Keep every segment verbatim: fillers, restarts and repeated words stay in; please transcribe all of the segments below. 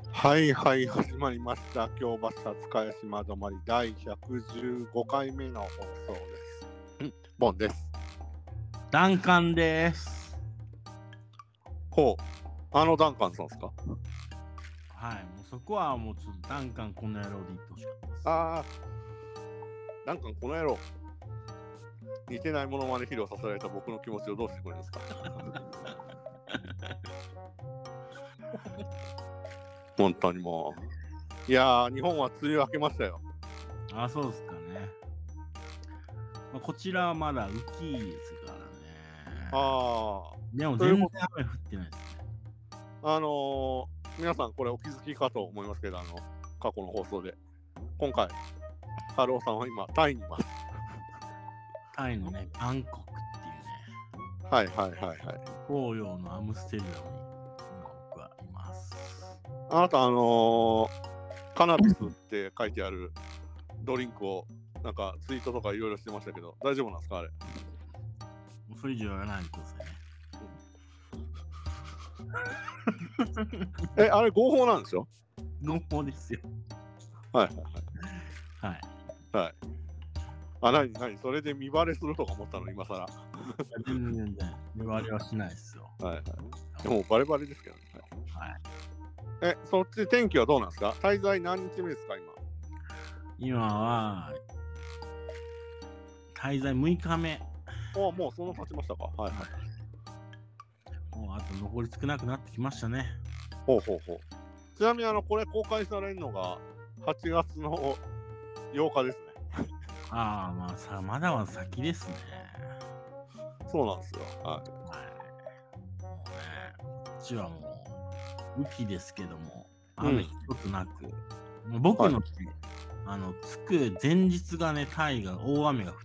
はいはい、始まりました。京橋塚屋島止まりだいひゃくじゅうごかいめの放送です。んボンです。 ダンカンです。 ほう、あのダンカンさんですか？ はい、もうそこはもうちょっとダンカンこの野郎で言ってほしかったです。 あー、ダンカンこの野郎。似てないものまね披露させられた僕の気持ちをどうしてくれるんですか？本当にもう。いやー、日本は梅雨明けましたよ。 あ、そうですかね。まあ、こちらはまだ雨季ですからね。 あー、 でもというこ全然雨降ってないですね。 あのー、皆さんこれお気づきかと思いますけど、あの過去の放送で今回ハローさんは今タイにいます。 タイのね、バンコクっていうね、 はいはいはいはい。 東洋のアムステルダムに今僕はいます。 あなたあのー、カナビスって書いてあるドリンクをなんかツイートとかいろいろしてましたけど、大丈夫なんですかあれ？ もうそれ以上やらないでくださいね。 え、あれ合法なんですよ。 合法ですよ。 はいはいはいはい。はい。あ、なになにそれで見バレするとか思ったの今更。 全然全然見割りはしないですよ。 はいはい。でもバレバレですけどね。 はい。 え、そっち天気はどうなんですか？滞在何日目ですか今？ 今は滞在むいかめ。 おもうそんな経ちましたか？はいはい。 もうあと残り少なくなってきましたね。 ほうほうほう。ちなみにあのこれ公開されるのがはちがつのようかですね。 ああ、まあさ、まだまだ先ですね。 そうなんですよ。はい。 はい。もうね、こっちはもう、雨季ですけども、雨一つなく、もう僕の、ねはいあの、着く前日がね、タイが大雨が降って、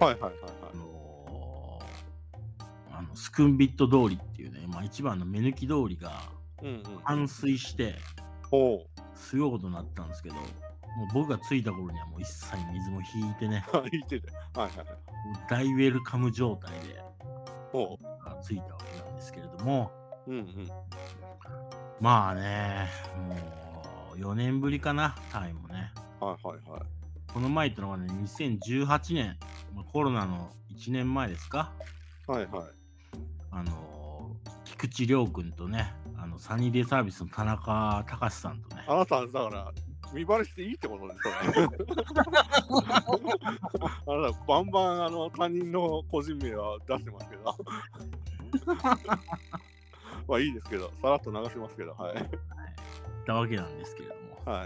はいはいはいあはい。 のーあのスクンビット通りっていうね、まあ一番の目抜き通りがうんうん。 冠水して、 ほすごいことになったんですけど、もう僕が着いた頃にはもう一切水も引いてね、 う。言ってて。はいはいはい。 もう大ウェルカム状態でほ着いたわけなんですけれども、 う。うんうん。 まあね、もうよねんぶりかな、タイもね。 はいはいはい。 この前ってのはね、にせんじゅうはちねん、まあコロナのいちねんまえですか。 はいはい。 あのー、菊池涼君とね、あのサニーデイサービスの田中隆さんとね。 あなただから見バレしていいってことですよね。あなたバンバンあの他人の個人名は出してますけど。まあいいですけど、さらっと流しますけど、はい。はい。 ったわけなんですけれども。 はい。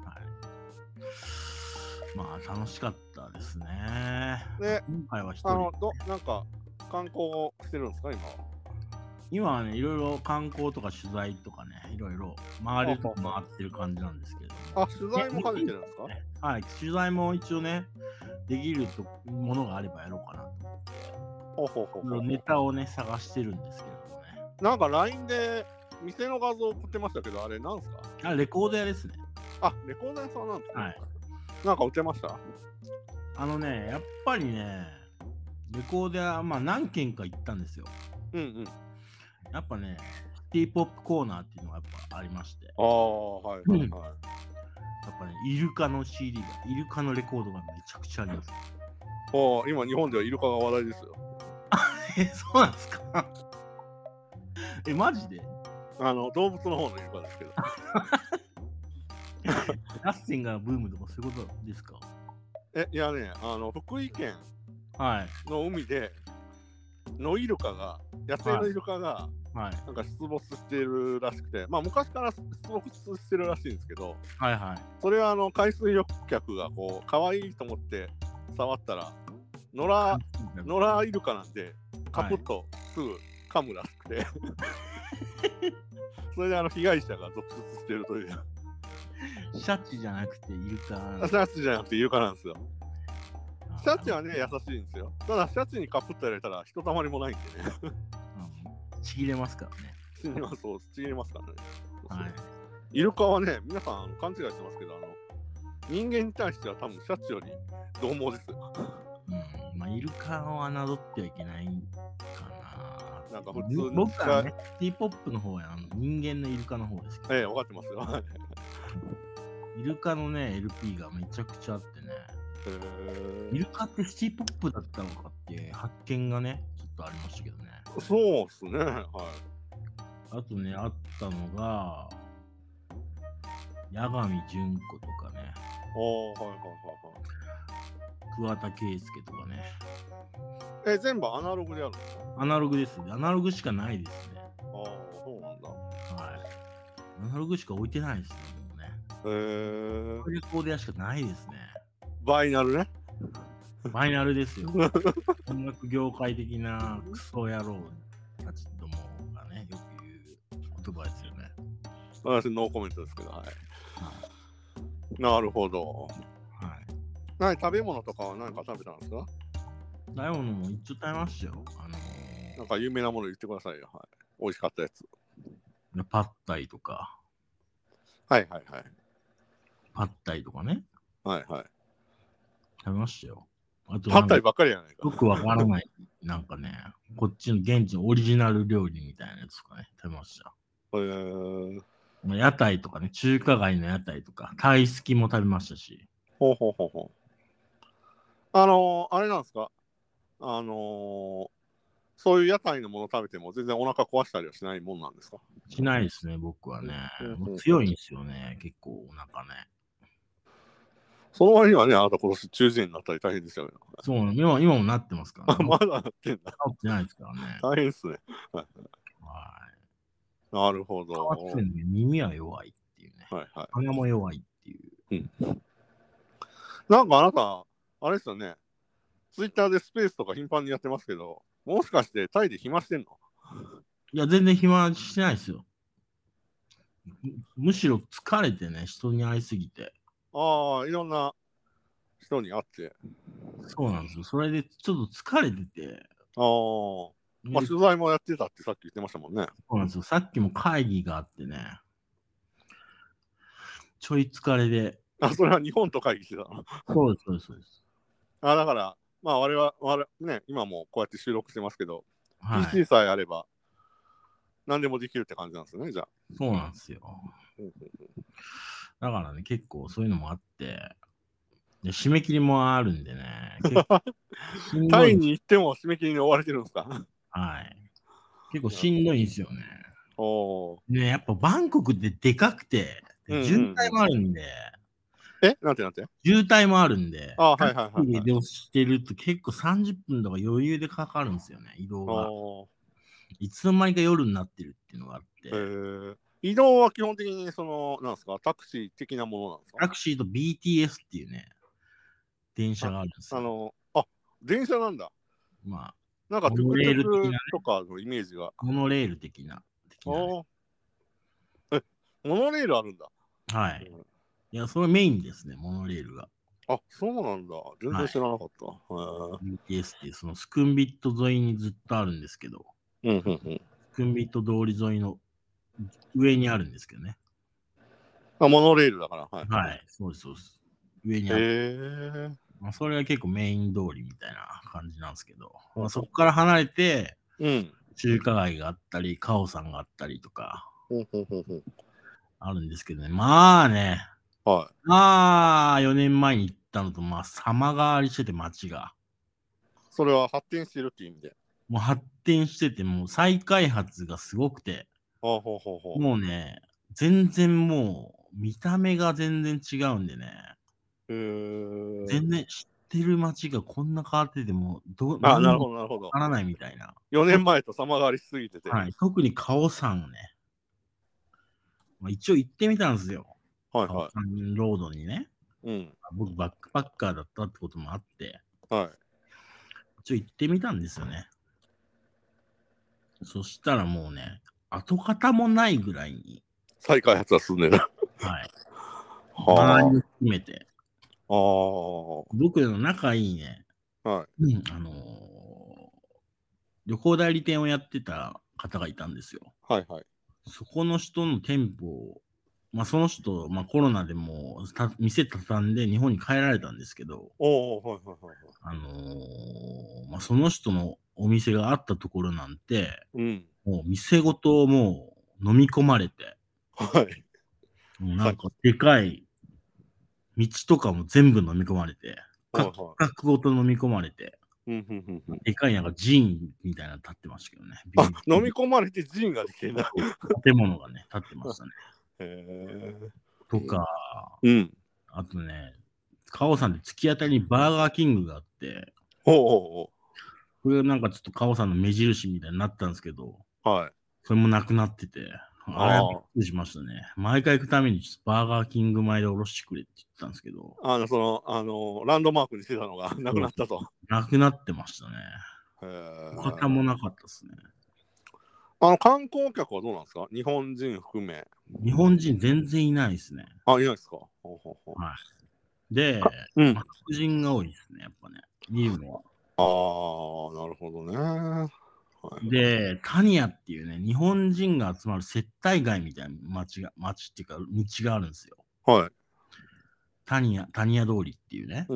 まあ楽しかったですね。 で、 今回は一あの人。 どなんか観光してるんですか今は？ 今はね、いろいろ観光とか取材とかね、いろいろ回れるとこ回ってる感じなんですけれども。 あ、取材も兼ねてるんですか？ はい、取材も一応ね、できるとものがあればやろうかなと思って、 ほうほうほうほう。 ネタをね、探してるんですけれどもね。 なんか ライン で店の画像送ってましたけど、あれなんですか？ あ、レコード屋ですね。 あ、レコード屋さんなんですね。 はい。 なんか売ってました？ あのね、やっぱりね、レコード屋、まあ何軒か行ったんですよ。 うんうん。 やっぱね、シティポップコーナーっていうのがやっぱありまして。 ああ、はいはいはい。 やっぱね、イルカの シーディー が、イルカのレコードがめちゃくちゃあります。 ああ、今日本ではイルカが話題ですよ。 え、そうなんですか？え、マジで？ あの動物の方のイルカですけど。 ラッセンがブームとかそういうことですか？ え、いやね、あの福井県はい。 の海でノイルカが、野生のイルカが、 はい。 なんか出没してるらしくて、まあ昔から出没してるらしいんですけど、 はいはい。 それはあの海水浴客がこう可愛いと思って触ったら、野良野良イルカなんでカプッとすぐ噛むらしくて、それであの被害者が続出してるという。 シャチじゃなくてイルカ。 シャチじゃなくてイルカなんですよ。シャチはね優しいんですよ。ただシャチにカプッとやられたらひとたまりもないんでね。 うん、ちぎれますからね。 死にます、そうちぎれますからね。 はい。 イルカはね、皆さん勘違いしてますけど、あの人間に対しては多分シャチより獰猛ですよ。 うん、まあ、イルカを侮ってはいけないかな。 なんか普通に僕はね、シティポップの方やあの人間のイルカの方ですけど。 ええ、分かってますよ。 イルカのね、エルピー がめちゃくちゃあってね。イルカってシティポップだったのかっていう発見がね、ちょっとありましたけどね。 そうっすね。はい。 あとね、あったのが、八神純子とかね。 おー、はいはいはいはい。 桑田佳祐とかね。 え、全部アナログでやるんですか？ アナログですね。アナログしかないですね。 ああ、そうなんだ。 はい。アナログしか置いてないですね、もうね。 へえ。 レコーディアしかないですね。 バイナルね。 バイナルですよ。音楽業界的なクソ野郎たちどもがね、よく言う言葉ですよね。 私、ノーコメントですけど、はい。 はなるほど。 い。はい。 何、食べ物とかは何か食べたんですか？ 食べ物も一応食べましたよ。あのー、 なんか有名なもの言ってくださいよ。はい。美味しかったやつ。 パッタイとか、 はいはいはい。 パッタイとかね、 はいはい。 食べましたよ。あとパッタイなんか、 ばっかりやないか。 よくわからない、なんかね、こっちの現地のオリジナル料理みたいなやつとかね、食べました。 へー。 屋台とかね、中華街の屋台とか、タイすきも食べましたし。 ほうほうほうほう。あのー、あれなんですか？あのー、そういう屋台のもの食べても全然お腹壊したりはしないもんなんですか？ しないですね、僕はね。 うんうんうんもう強いんですよね、結構お腹ね。 その割にはね、あなた今年中耳炎になったり大変ですよね。 そうなの、今今もなってますからね。 まだなってんだ。 治ってないですからね。 大変ですね。 はい。 なるほど。 変わってるんで耳は弱いっていうね。 はいはい。 鼻も弱いっていう。 うん。なんかあなた、あれですよね。ツイッターでスペースとか頻繁にやってますけど、もしかしてタイで暇してんの？ いや、全然暇してないですよ。むむしろ疲れてね、人に会いすぎて。 ああ、いろんな人に会って。 そうなんですよ。それでちょっと疲れてて。 ああ、まあ、取材もやってたってさっき言ってましたもんね。 そうなんですよ。さっきも会議があってね、ちょい疲れで。 あ、それは日本と会議してたの？ そうです、そうです、そうです。 あ、だから、まあ我々、我々ね、今もこうやって収録してますけど、 はい、 ピーシー さえあれば何でもできるって感じなんですよね、じゃあ。 そうなんですよ。だからね、結構そういうのもあって、で締め切りもあるんでね、結構しんどい。 タイに行っても締め切りに追われてるんですか？ はい。結構しんどいんですよね。 おー。 ね、やっぱバンコクってでかくて、 うんうんうん、 渋滞もあるんで、 えなんてなんて渋滞もあるんで、 あ、はいはいはい、はい。 移動してると結構さんじゅっぷんとか余裕でかかるんですよね、移動が。いつの間にか夜になってるっていうのがあって。 えー、移動は基本的にその、なんですか、タクシー的なものなんですか？ タクシーと ビーティーエス っていうね、電車があるんですよ。 あの、あ、電車なんだ。 まあ、 なんかトゥクトゥクね、 とかのイメージが。 モノレール的な。的なね、 え、モノレールあるんだ。 はい。いや、それメインですね、モノレールが。 あ、そうなんだ。全然知らなかった。 はい、ビーティーエス っていう、そのスクンビット沿いにずっとあるんですけど、 うんうんうん、 スクンビット通り沿いの上にあるんですけどね。 あ、モノレールだから。はい、 はい、そうです、そうです。上にある。 る。 へえ。 まあ、それが結構メイン通りみたいな感じなんですけど、まあ、そこから離れて、 うん。 中華街があったり、カオさんがあったりとか、 うんうんうんうん、 あるんですけどね。まあね、 はい。 まあ、よねんまえに行ったのと、まあ、様変わりしてて、街が。 それは発展してるっていう意味で。 もう発展してて、もう再開発がすごくて、 あほうほうほう。 もうね、全然もう、見た目が全然違うんでね。 へー。 全然知ってる街がこんな変わってても、どあ、なる何もほど、なるほど。 わからないみたいな。 よねんまえと様変わりしすぎてて。 はい、特にカオさんをね、まあ、一応行ってみたんですよ。 はいはい。 カオさんロードにね。 うん。 僕、バックパッカーだったってこともあって、 はい。 一応行ってみたんですよね。そしたらもうね、跡形もないぐらいに。 再開発は進んでる。 はい。 は周りを含めて。 あ。ああ。 僕の仲いいね、 はうん、あのー、旅行代理店をやってた方がいたんですよ。 い。はいはい。 そこの人の店舗まあ、その人、まあ、コロナでもうた店畳んで日本に帰られたんですけど、 おお、はいはいはいはい。 あのーまあ、その人のお店があったところなんて、 うん。 もう店ごともう飲み込まれて、 はい。 もうなんかでかい道とかも全部飲み込まれて、 はいはい。 区画ごと飲み込まれて、 うんうんうんうん。 でかいなんか寺院みたいなの立ってましたけどね。 あ、飲み込まれてジンができてんだ。 建物がね、建ってましたね。 へえ。 とか、 うん。 あとね、カオさんで突き当たりにバーガーキングがあって、 ほうほこれなんかちょっとカオさんの目印みたいになったんですけど、 うほう。はい。 それもなくなってて、あれはびっあくりしましたね。毎回行くためにちょっとバーガーキング前でおろしてくれって言ってたんですけど、 あ。あの、その、あの、ランドマークにしてたのがなくなったと。 なくなってましたね。 へえ。 他もなかったですね。 あの、観光客はどうなんですか？日本人含め。 日本人全然いないですね。 あ、いないですか？ほうほうほはい。で、 う。うん。 まあ白人が多いですね、やっぱね。見るのは。 ああ、なるほどね。はいはい。 で、タニアっていうね、日本人が集まる接待街みたいな街が、街っていうか道があるんですよ。 はい。 タニア、タニア通りっていうね。 うんうん。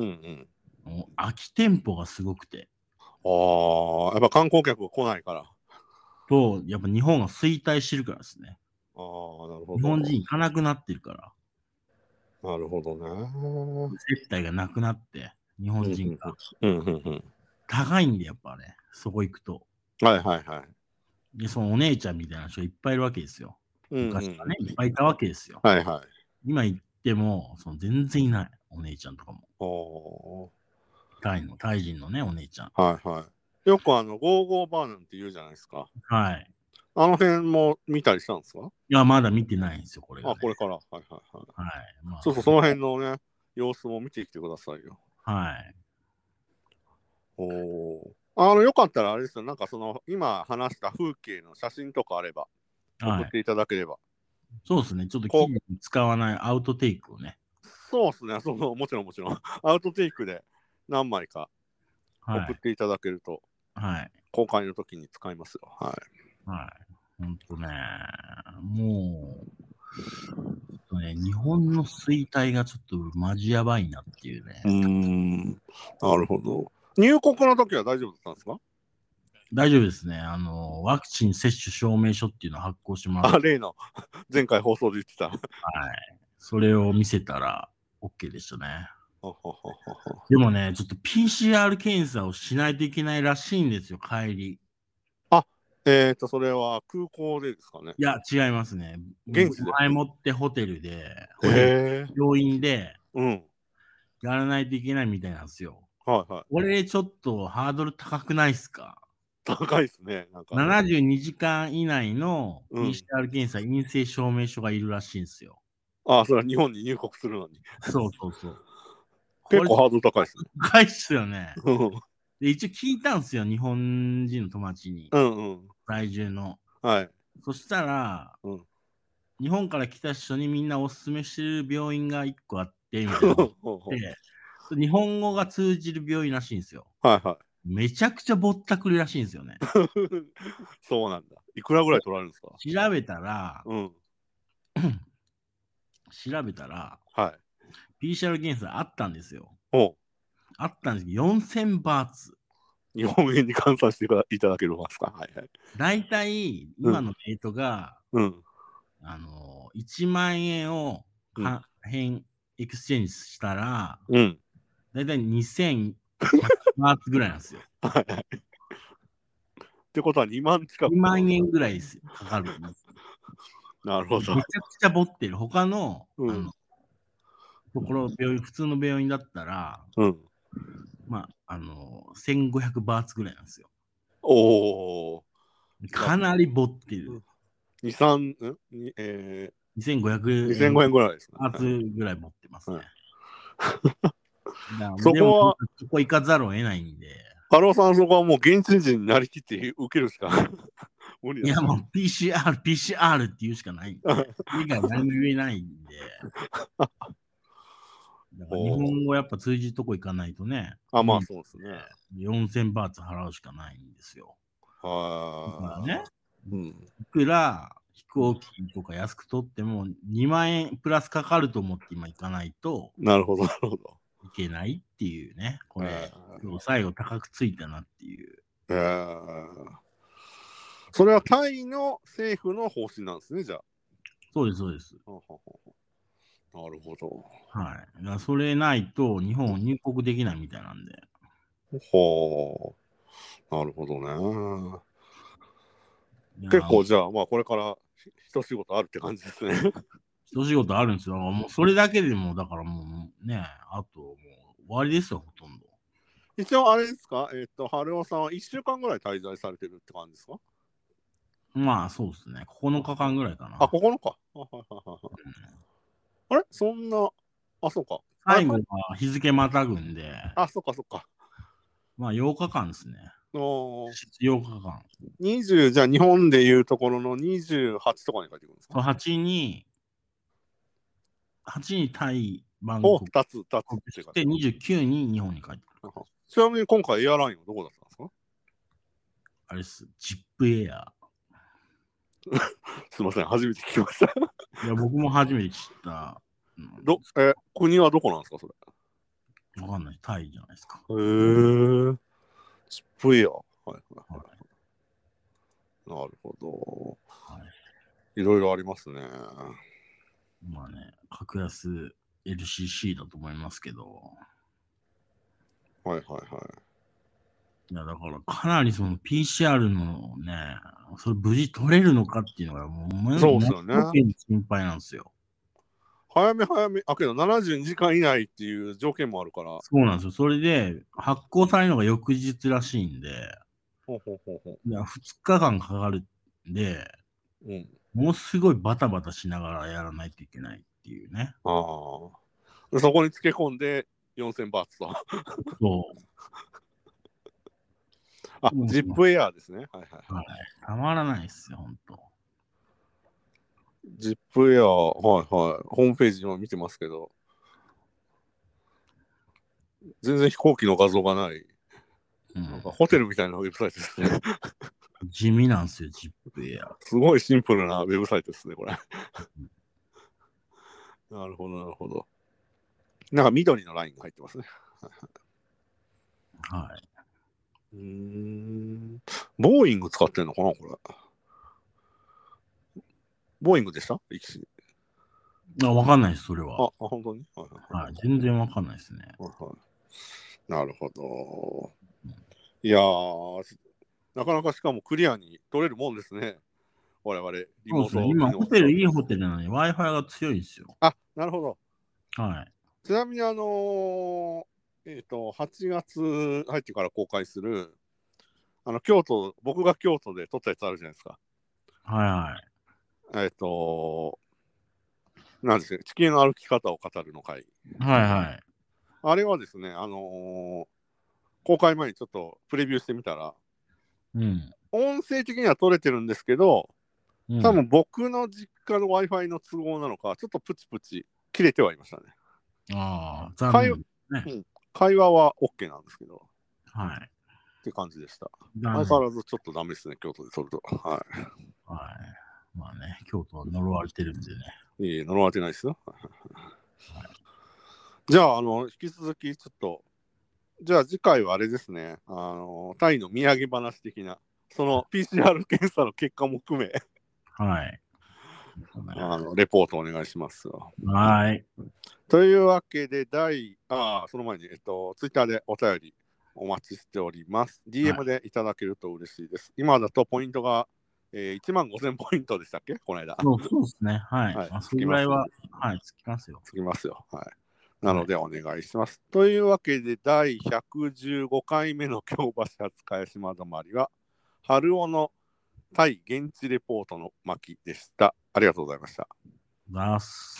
もう空き店舗がすごくて。 ああ、やっぱ観光客が来ないから。 と、やっぱ日本が衰退してるからですね。 ああ、なるほ日ど。 本人行かなくなってるから。 なるほどね。 接待がなくなって、日うんうん本人が。 うんうんうん。 高いんで、やっぱね、そこ行くと。 はいはいはい。 で、そのお姉ちゃんみたいな人がいっぱいいるわけですよ。 うんうん昔はね、いっぱいいたわけですよ。 はいはい。 今行っても、その全然いない。お姉ちゃんとかも。 おタイの、タイ人のね、お姉ちゃん。 はいはい。よくあの、ゴーゴーバーなんて言うじゃないですか。 はい。 あの辺も見たりしたんですか？ いや、まだ見てないんですよ、これが、 あ、 ね。 これから。はいはいはい。 はい。まあ、 そうそう、その辺のね、様子も見てきてくださいよ。 はい。 おお。あの、よかったらあれですよ。なんかその、今話した風景の写真とかあれば、送はい。 っていただければ。 そうですね。ちょっと記こ事に使わないアウトテイクをね。 そうですね。その、もちろんもちろん。アウトテイクで何枚かはい。 送っていただけると、 はい。 公開の時に使いますよ。はい。 はい。ほんとね、もう、ちょっとね、日本の衰退がちょっとマジやばいなっていうね。 うーん。なるほど。入国の時は大丈夫だったんですか？ 大丈夫ですね。あの、ワクチン接種証明書っていうのを発行してもらっあ、 て、 例の、前回放送で言ってた。 はい。それを見せたら OK でしたね。 ほほほほほでもね、ちょっと ピーシーアール 検査をしないといけないらしいんですよ、帰り。 あ、えっ、ー、と、それは空港でですかね。 いや、違いますね。 現地で。 前もってホテルで、ホテルへえ。 病院でうん。 やらないといけないみたいなんですよ。 はいはい。 これちょっとハードル高くないっすか？ 高いですね。なんか。 ななじゅうにじかん以内のうん。 ピーシーアール 検査陰性証明書がいるらしいんですよ。 あ、それは日本に入国するのに。 そうそうそう。 結構ハードル高いですね。 高いっすよね。 うんで、一応聞いたんですよ、日本人の友達に。 うんうん。 在住の。 はい。 そしたら、 うん。 日本から来た人にみんなおすすめしてる病院がいっこあって、みたいなので、日本語が通じる病院らしいんですよ。 はいはい。 めちゃくちゃぼったくりらしいんですよね。 そうなんだ。いくらぐらい取られるんですか？ 調べたら、 うん。 調べたら、 はい。 ピーシーアール 検査あったんですよ。 おあったんですけど、よんせんバーツ。 日本円に換算していただけますか？はいはい。 だいたい今のレートが、 うん。 あのー、いちまん円をか、うん、変エクスチェンジしたら、 うん。 だいたいにせんひゃくバーツぐらいなんですよ。 はいはい。ってことはにまん近く。 にまん円ぐらいですかかる。 なるほど。 めちゃくちゃぼってる。他の、 うん、 あのところ病院、普通の病院だったら、 うん、 まあ、あのー、せんごひゃくバーツぐらいなんですよ。 おお。 かなりぼってる。 に、さん、んえー、 にせんごひゃくえん。 にせんごえんぐらいですね。 バーツぐらい持ってますね。 はい、そこは、 そこ行かざるを得ないんで。 ハローさん、そこはもう現地人になりきって受けるしか無理だ。 いや、もう ピーシーアール、ピーシーアール って言うしかないんで。以外何も言えないんで。だから日本語やっぱ通じるとこ行かないとね。 あ、まあそうですね。 よんせんバーツ払うしかないんですよ。 はだからね、 うん、 いくら飛行機とか安く取ってもにまんえんプラスかかると思って今行かないとなるほど、なるほど。 いけないっていうね。これ、 えー、 最後高くついたなっていう。 えー、それはタイの政府の方針なんですね、じゃあ。 そうです、そうです。 はははなるほど。 はい。だからそれないと日本入国できないみたいなんで。 ほう。なるほどね。結構じゃあ、まあこれから一仕事あるって感じですね。 一仕事あるんですよ。もうそれだけでも、だからもうね、あともう終わりですよ、ほとんど。 一応あれですか、えっ、と、春尾さんはいっしゅうかんぐらい滞在されてるって感じですか？ まあそうですね。ここのかかんぐらいかな。 あ、ここのか。あ、はいはいはいはい。あれそんな、あ、そうか。 最後は日付またぐんで、 あ、そっかそっか。 まあようかかんですね。 おようかかん。 にじゅう、じゃあ日本でいうところのにじゅうはちとかに帰ってくるんですか？ はちに、はちにタイ、バンお、 コクふたつ、ふたつってしてにじゅうくに日本に帰ってくる。 ちなみに今回エアラインはどこだったんですか？ あれです、ジップエア。 すいません、初めて聞きました。 いや、僕も初めて知った。 どえ国はどこなんですか、それ。 わかんない。タイじゃないですか。 へえ。ジップエア。はいはいはい。はい、なるほど。はい。いろいろありますね。 まあね、格安 エルシーシー だと思いますけど。 はいはいはい。 いや、だからかなりその ピーシーアール のね、それ無事取れるのかっていうのがもう、 そうですよね。 心配なんですよ。 早め早め、あ、けどななじゅうにじかん以内っていう条件もあるから。 そうなんですよ。それで発行されるのが翌日らしいんで、 ほうほうほうほう。 いやふつかかんかかるんで、うん、ものすごいバタバタしながらやらないといけないっていうね。 ああ。そこにつけ込んでよんせんバーツと。 そう。 あ、ジップエアーですね。はいはい、はい。 たまらないですよ、ほんと。 ジップエアー、はいはい。ホームページ今見てますけど、全然飛行機の画像がない。うん、なんかホテルみたいなウェブサイトですね。 地味なんですよ、ジップエアー。 すごいシンプルなウェブサイトですね、これ。なるほど、なるほど。なんか緑のラインが入ってますね。 はい。 うーん。ボーイング使ってんのかな、これ。ボーイングでした力士。 あ、わかんないです、それは。 あ、あ本当に、はいはいはい、全然わかんないですね。 はいはい、なるほど。いやー、なかなかしかもクリアに取れるもんですね。我々、リモート、ね。 今、ホテル、いいホテルなのに Wi-Fi が強いんですよ。 あ、なるほど。 はい。 ちなみに、あのー、えっ、ー、と、はちがつ入ってから公開する、あの、京都、僕が京都で撮ったやつあるじゃないですか。 はいはい。 えっ、ー、と、なんですね、地球の歩き方を語るの回。 はいはい。 あれはですね、あのー、公開前にちょっとプレビューしてみたら、うん、音声的には撮れてるんですけど、うん、多分僕の実家の Wi-Fi の都合なのか、ちょっとプチプチ切れてはいましたね。ああ、残念ですね、会、うん。会話は OK なんですけど。はい。って感じでした。相変わらずちょっとダメですね、京都で撮ると。はい。はい。まあね、京都は呪われてるんでね。いえいえ、呪われてないですよ。はい、じゃあ、あの、引き続きちょっと、じゃあ次回はあれですね、あの、タイの土産話的な、その ピーシーアール 検査の結果も含め、はい。あのレポートお願いします。はい。というわけで、第、ああ、その前に、えっと、ツイッターでお便りお待ちしております。ディーエム でいただけると嬉しいです。はい、今だとポイントが、えー、いちまんごせんポイントでしたっけこの間。そうそうですね。はい。はい、まあ、それぐらいは、はい、つきますよ。つきますよ。はい。なのでお願いします。はい、というわけで、だいひゃくじゅうごかいめの京橋初茅島止まりは、春尾のタイ現地レポートの巻でした。ありがとうございました。ありがとうございます。